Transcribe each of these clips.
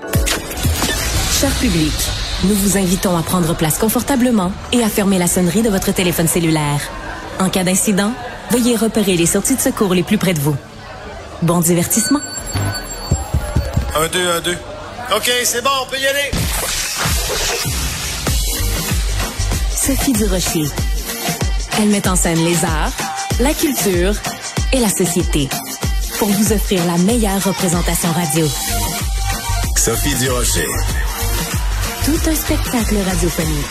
Cher public, nous vous invitons à prendre place confortablement et à fermer la sonnerie de votre téléphone cellulaire. En cas d'incident, veuillez repérer les sorties de secours les plus près de vous. Bon divertissement. 1, 2, 1, 2. OK, c'est bon, on peut y aller. Sophie Durocher. Elle met en scène les arts, la culture et la société pour vous offrir la meilleure représentation radio. Sophie Durocher. Tout un spectacle radiophonique.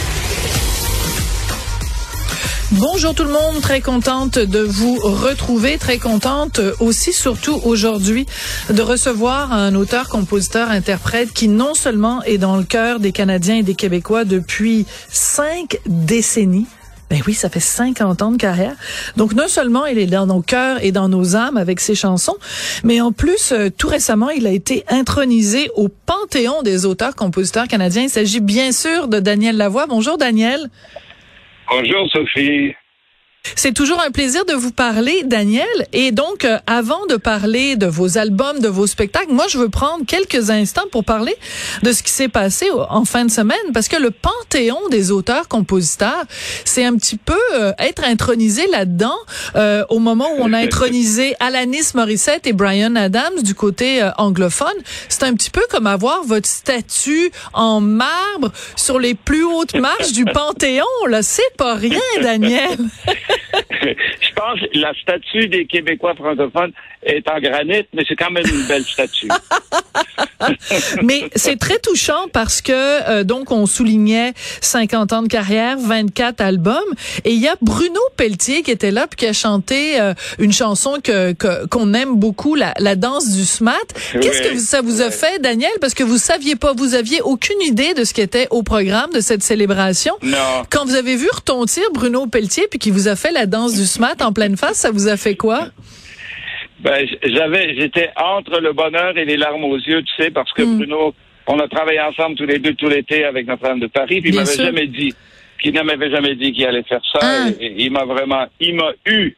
Bonjour tout le monde, très contente de vous retrouver, très contente aussi, surtout aujourd'hui, de recevoir un auteur, compositeur, interprète qui non seulement est dans le cœur des Canadiens et des Québécois depuis 5 décennies, ben oui, ça fait 50 ans de carrière. Donc, non seulement il est dans nos cœurs et dans nos âmes avec ses chansons, mais en plus, tout récemment, il a été intronisé au panthéon des auteurs-compositeurs canadiens. Il s'agit bien sûr de Daniel Lavoie. Bonjour, Daniel. Bonjour, Sophie. C'est toujours un plaisir de vous parler, Daniel. Et donc, avant de parler de vos albums, de vos spectacles, moi, je veux prendre quelques instants pour parler de ce qui s'est passé en fin de semaine, parce que le panthéon des auteurs-compositeurs, c'est un petit peu être intronisé là-dedans au moment où on a intronisé Alanis Morissette et Bryan Adams du côté anglophone. C'est un petit peu comme avoir votre statue en marbre sur les plus hautes marches du panthéon. Là, c'est pas rien, Daniel. Je pense que la statue des Québécois francophones est en granit, mais c'est quand même une belle statue. Mais c'est très touchant parce que, donc, on soulignait 50 ans de carrière, 24 albums, et il y a Bruno Pelletier qui était là puis qui a chanté une chanson qu'on aime beaucoup, la danse du SMAT. Qu'est-ce que ça vous a fait, Daniel? Parce que vous saviez pas, vous aviez aucune idée de ce qui était au programme de cette célébration. Non. Quand vous avez vu retentir Bruno Pelletier puis qui vous a fait la danse du SMAT en pleine face, ça vous a fait quoi? Ben, j'étais entre le bonheur et les larmes aux yeux, tu sais, parce que Bruno, on a travaillé ensemble tous les deux tout l'été avec Notre-Dame de Paris, puis il m'avait jamais dit qu'il allait faire ça. Et il m'a vraiment eu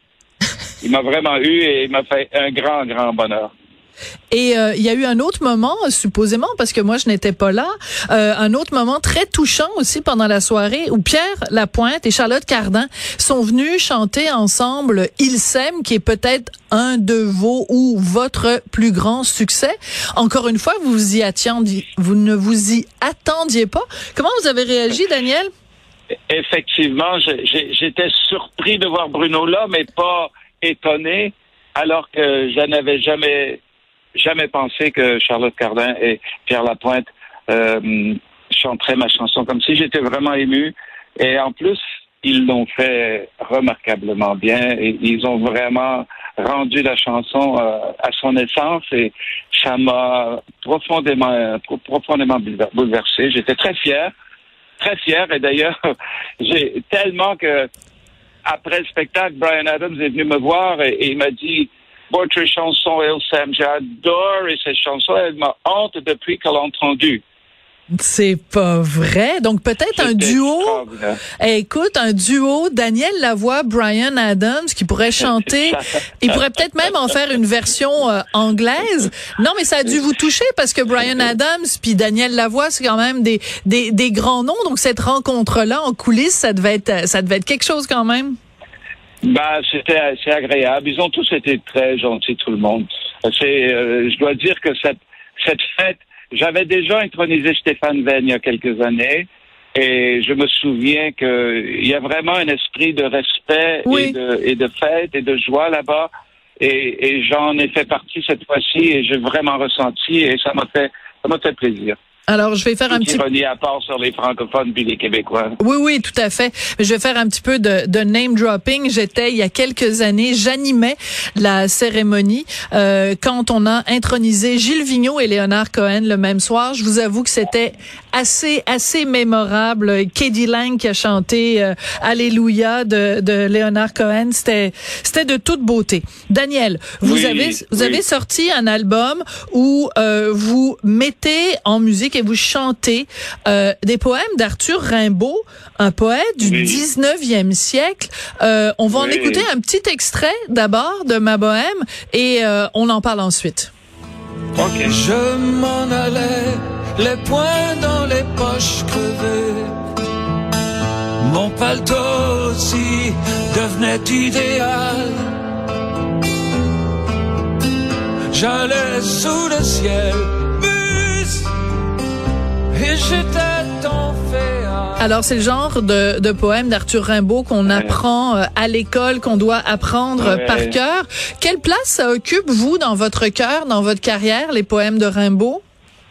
et il m'a fait un grand, grand bonheur. Et il y a eu un autre moment, supposément, parce que moi je n'étais pas là, un autre moment très touchant aussi pendant la soirée où Pierre Lapointe et Charlotte Cardin sont venus chanter ensemble Ils s'aiment, qui est peut-être un de vos ou votre plus grand succès. Encore une fois, vous ne vous y attendiez pas. Comment vous avez réagi, Daniel? Effectivement, j'étais surpris de voir Bruno là, mais pas étonné, alors que je n'avais jamais pensé que Charlotte Cardin et Pierre Lapointe chanteraient ma chanson comme si. J'étais vraiment ému. Et en plus, ils l'ont fait remarquablement bien. Et ils ont vraiment rendu la chanson à son essence. Et ça m'a profondément bouleversé. J'étais très fier. Très fier. Et d'ailleurs, j'ai tellement que après le spectacle, Bryan Adams est venu me voir et il m'a dit: votre chanson, Ils s'aiment, j'ai adoré cette chanson, elle m'a hante depuis qu'elle l'a entendue. C'est pas vrai. Donc peut-être un duo. Écoute, un duo Daniel Lavoie, Bryan Adams qui pourrait chanter. Il pourrait peut-être même en faire une version anglaise. Non, mais ça a dû vous toucher parce que Bryan Adams puis Daniel Lavoie, c'est quand même des grands noms. Donc cette rencontre-là en coulisses, ça devait être quelque chose quand même. Ben, c'était assez agréable. Ils ont tous été très gentils, tout le monde. Je dois dire que cette fête, j'avais déjà intronisé Stéphane Venn il y a quelques années, et je me souviens qu'il y a vraiment un esprit de respect et de fête et de joie là-bas, et j'en ai fait partie cette fois-ci, et j'ai vraiment ressenti, et ça m'a fait plaisir. Alors, je vais faire un petit... ironie à part sur les francophones puis les Québécois. Oui, tout à fait. Je vais faire un petit peu de name dropping. Il y a quelques années, j'animais la cérémonie quand on a intronisé Gilles Vigneault et Léonard Cohen le même soir. Je vous avoue que c'était assez mémorable. Katie Lang qui a chanté Alléluia de Léonard Cohen, c'était de toute beauté. Daniel, vous avez sorti un album où vous mettez en musique et vous chantez des poèmes d'Arthur Rimbaud, un poète du 19e siècle. On va en écouter un petit extrait d'abord de Ma Bohème et on en parle ensuite. OK. Je m'en allais, les poings dans les poches crevées. Mon paletot aussi devenait idéal. J'allais sous le ciel, bus, et j'étais ton féal. Alors, c'est le genre de poème d'Arthur Rimbaud qu'on apprend à l'école, qu'on doit apprendre par cœur. Quelle place ça occupe, vous, dans votre cœur, dans votre carrière, les poèmes de Rimbaud?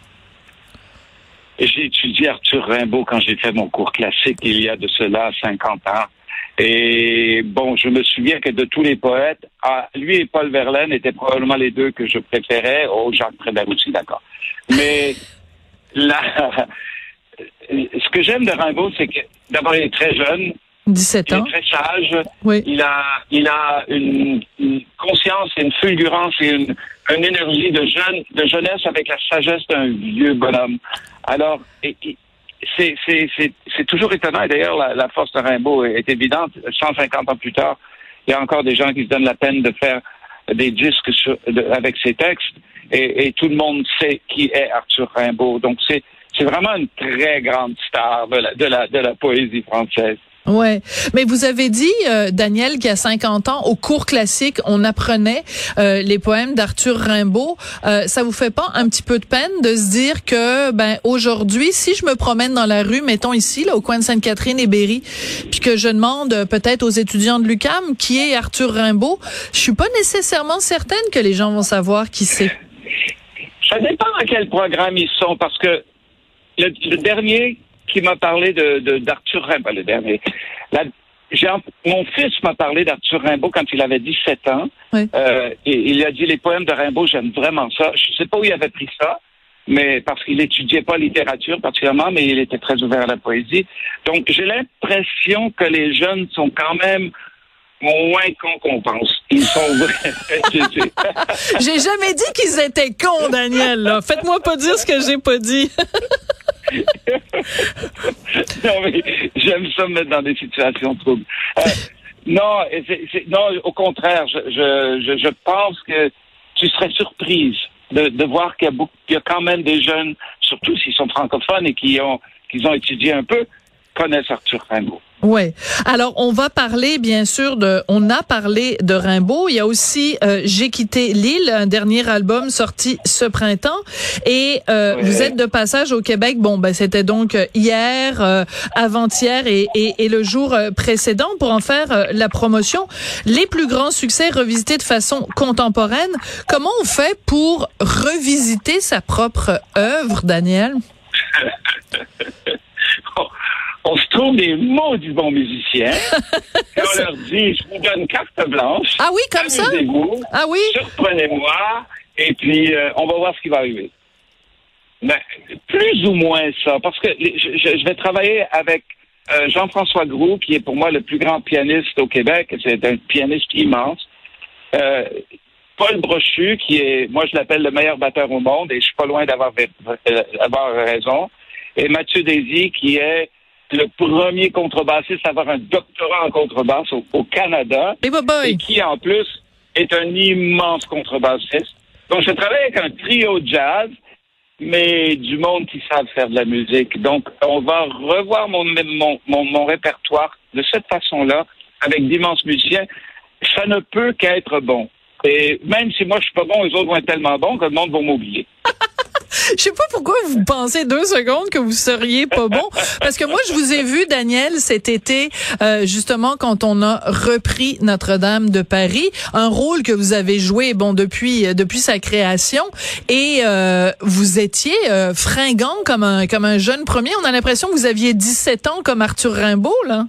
J'ai étudié Arthur Rimbaud quand j'ai fait mon cours classique il y a de cela 50 ans. Et bon, je me souviens que de tous les poètes, lui et Paul Verlaine étaient probablement les deux que je préférais. Oh, Jacques Prévert aussi, d'accord. Mais là, ce que j'aime de Rimbaud, c'est que d'abord, il est très jeune. 17 ans. Il est très sage. Oui. Il a une conscience et une fulgurance et une énergie de jeunesse avec la sagesse d'un vieux bonhomme. Alors, c'est toujours étonnant. Et d'ailleurs, la force de Rimbaud est évidente. 150 ans plus tard, il y a encore des gens qui se donnent la peine de faire des disques avec ses textes. Et tout le monde sait qui est Arthur Rimbaud. Donc, c'est vraiment une très grande star de la poésie française. Ouais, mais vous avez dit, Daniel, qu'à 50 ans, au cours classique, on apprenait les poèmes d'Arthur Rimbaud. Ça vous fait pas un petit peu de peine de se dire que, aujourd'hui, si je me promène dans la rue, mettons ici, là, au coin de Sainte-Catherine et Berry, puis que je demande peut-être aux étudiants de l'UQAM qui est Arthur Rimbaud, je suis pas nécessairement certaine que les gens vont savoir qui c'est. Ça dépend à quel programme ils sont, parce que le dernier qui m'a parlé d'Arthur Rimbaud, le dernier. Mon fils m'a parlé d'Arthur Rimbaud quand il avait 17 ans. Oui. Et il a dit, les poèmes de Rimbaud, j'aime vraiment ça. Je sais pas où il avait pris ça, mais parce qu'il étudiait pas littérature particulièrement, mais il était très ouvert à la poésie. Donc, j'ai l'impression que les jeunes sont quand même moins cons qu'on pense. Ils sont vraiment... J'ai jamais dit qu'ils étaient cons, Daniel, là. Faites-moi pas dire ce que j'ai pas dit. Non, mais j'aime ça me mettre dans des situations troubles. Non, au contraire, je pense que tu serais surprise de voir qu'il y a quand même des jeunes, surtout s'ils sont francophones et qu'ils ont étudié un peu, connaissent Arthur Rimbaud. Ouais. Alors, on va parler, bien sûr, on a parlé de Rimbaud. Il y a aussi J'ai quitté l'île, un dernier album sorti ce printemps. Et vous êtes de passage au Québec. Bon, c'était donc hier, avant-hier et le jour précédent pour en faire la promotion. Les plus grands succès revisités de façon contemporaine. Comment on fait pour revisiter sa propre œuvre, Daniel? On se trouve des maudits bons musiciens. Et on leur dit, je vous donne carte blanche. Ah oui, comme ça? Amusez-vous. Ah oui? Surprenez-moi. Et puis, on va voir ce qui va arriver. Mais, plus ou moins ça. Parce que je vais travailler avec Jean-François Groulx, qui est pour moi le plus grand pianiste au Québec. C'est un pianiste immense. Paul Brochu, qui est, moi je l'appelle le meilleur batteur au monde, et je suis pas loin d'avoir raison. Et Mathieu Daisy, qui est le premier contrebassiste à avoir un doctorat en contrebasse au Canada. Et qui, en plus, est un immense contrebassiste. Donc, je travaille avec un trio de jazz, mais du monde qui savent faire de la musique. Donc, on va revoir mon répertoire de cette façon-là, avec d'immenses musiciens. Ça ne peut qu'être bon. Et même si moi, je suis pas bon, les autres vont être tellement bons que le monde va m'oublier. Je sais pas pourquoi vous pensez 2 secondes que vous seriez pas bon. Parce que moi, je vous ai vu, Daniel, cet été, justement, quand on a repris Notre-Dame de Paris, un rôle que vous avez joué, depuis sa création. Et vous étiez fringant comme un jeune premier. On a l'impression que vous aviez 17 ans comme Arthur Rimbaud, là.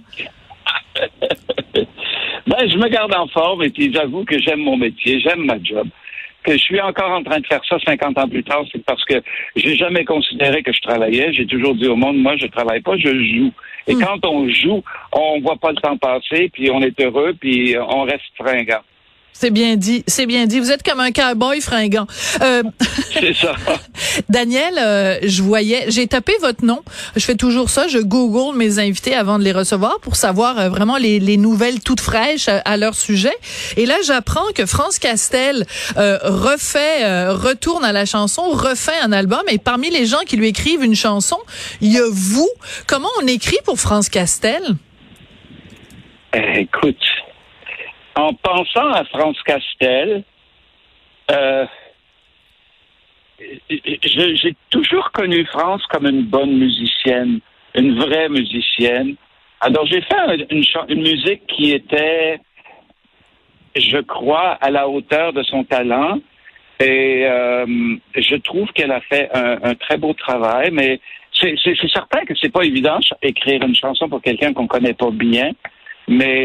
Je me garde en forme et puis j'avoue que j'aime mon métier, j'aime ma job. Que je suis encore en train de faire ça 50 ans plus tard, c'est parce que j'ai jamais considéré que je travaillais. J'ai toujours dit au monde, moi, je travaille pas, je joue. Et quand on joue, on voit pas le temps passer, puis on est heureux, puis on reste fringant. C'est bien dit, c'est bien dit. Vous êtes comme un cowboy fringant. C'est ça. Daniel, j'ai tapé votre nom. Je fais toujours ça. Je Google mes invités avant de les recevoir pour savoir vraiment les nouvelles toutes fraîches à leur sujet. Et là, j'apprends que France Castel retourne à la chanson, refait un album. Et parmi les gens qui lui écrivent une chanson, il y a vous. Comment on écrit pour France Castel? Écoute, en pensant à France Castel, j'ai toujours connu France comme une bonne musicienne, une vraie musicienne. Alors j'ai fait une musique qui était, je crois, à la hauteur de son talent. Et je trouve qu'elle a fait un très beau travail, mais c'est certain que c'est pas évident écrire une chanson pour quelqu'un qu'on connaît pas bien. Mais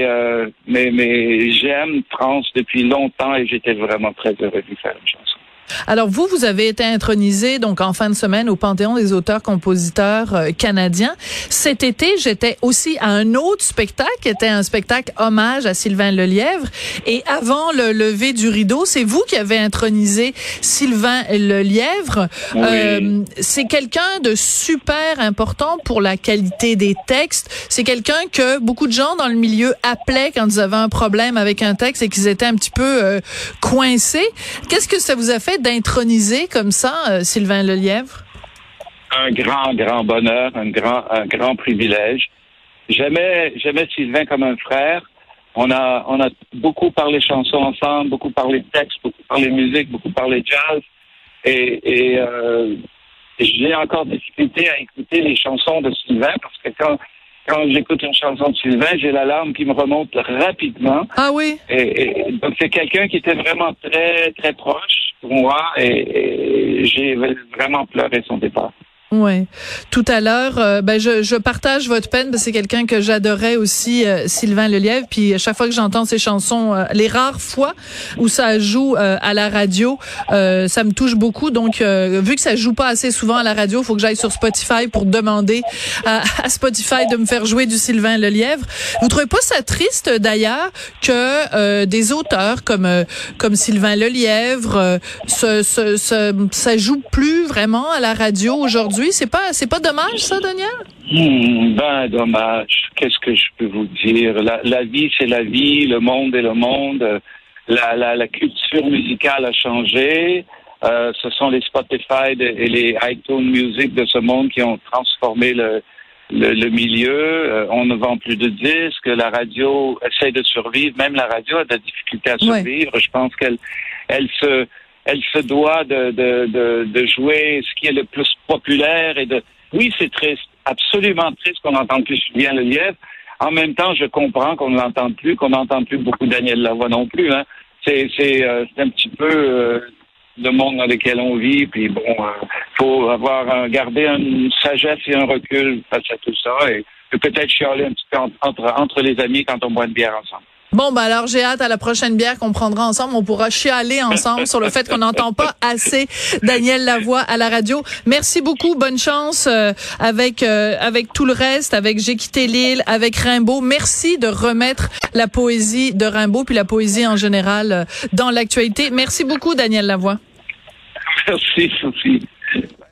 j'aime France depuis longtemps et j'étais vraiment très heureux de lui faire une chanson. Alors vous avez été intronisé donc en fin de semaine au Panthéon des auteurs-compositeurs canadiens. Cet été, j'étais aussi à un autre spectacle qui était un spectacle hommage à Sylvain Lelièvre. Et avant le lever du rideau, c'est vous qui avez intronisé Sylvain Lelièvre. Oui. C'est quelqu'un de super important pour la qualité des textes. C'est quelqu'un que beaucoup de gens dans le milieu appelaient quand ils avaient un problème avec un texte et qu'ils étaient un petit peu coincés. Qu'est-ce que ça vous a fait d'introniser comme ça Sylvain Lelièvre? Un grand bonheur, un grand privilège. J'aimais Sylvain comme un frère. On a beaucoup parlé chansons ensemble, beaucoup parlé textes, beaucoup parlé musique, beaucoup parlé jazz. Et j'ai encore difficulté à écouter les chansons de Sylvain parce que quand j'écoute une chanson de Sylvain, j'ai la larme qui me remonte rapidement. Ah oui? Et donc, c'est quelqu'un qui était vraiment très, très proche pour moi et j'ai vraiment pleuré son départ. Oui. Tout à l'heure, je partage votre peine parce que c'est quelqu'un que j'adorais aussi, Sylvain Lelièvre. Puis à chaque fois que j'entends ses chansons, les rares fois où ça joue à la radio, ça me touche beaucoup. Donc, vu que ça joue pas assez souvent à la radio, il faut que j'aille sur Spotify pour demander à Spotify de me faire jouer du Sylvain Lelièvre. Vous trouvez pas ça triste d'ailleurs que des auteurs comme Sylvain Lelièvre, ça joue plus vraiment à la radio aujourd'hui? C'est pas dommage, ça, Daniel? Ben, dommage. Qu'est-ce que je peux vous dire? La vie, c'est la vie. Le monde est le monde. La culture musicale a changé. Ce sont les Spotify et les iTunes Music de ce monde qui ont transformé le milieu. On ne vend plus de disques. La radio essaie de survivre. Même la radio a de la difficulté à survivre. Ouais. Je pense qu'elle se doit de jouer ce qui est le plus populaire oui, c'est triste, absolument triste qu'on n'entende plus Sylvain Lelièvre. En même temps, je comprends qu'on ne l'entende plus, qu'on n'entende plus beaucoup Daniel Lavoie non plus, hein. C'est un petit peu le monde dans lequel on vit, puis bon, faut garder une sagesse et un recul face à tout ça et peut-être chialer un petit peu entre les amis quand on boit une bière ensemble. Bon, alors j'ai hâte à la prochaine bière qu'on prendra ensemble. On pourra chialer ensemble sur le fait qu'on n'entend pas assez Daniel Lavoie à la radio. Merci beaucoup. Bonne chance avec tout le reste, avec J'ai quitté l'île, avec Rimbaud. Merci de remettre la poésie de Rimbaud puis la poésie en général dans l'actualité. Merci beaucoup, Daniel Lavoie. Merci, Sophie.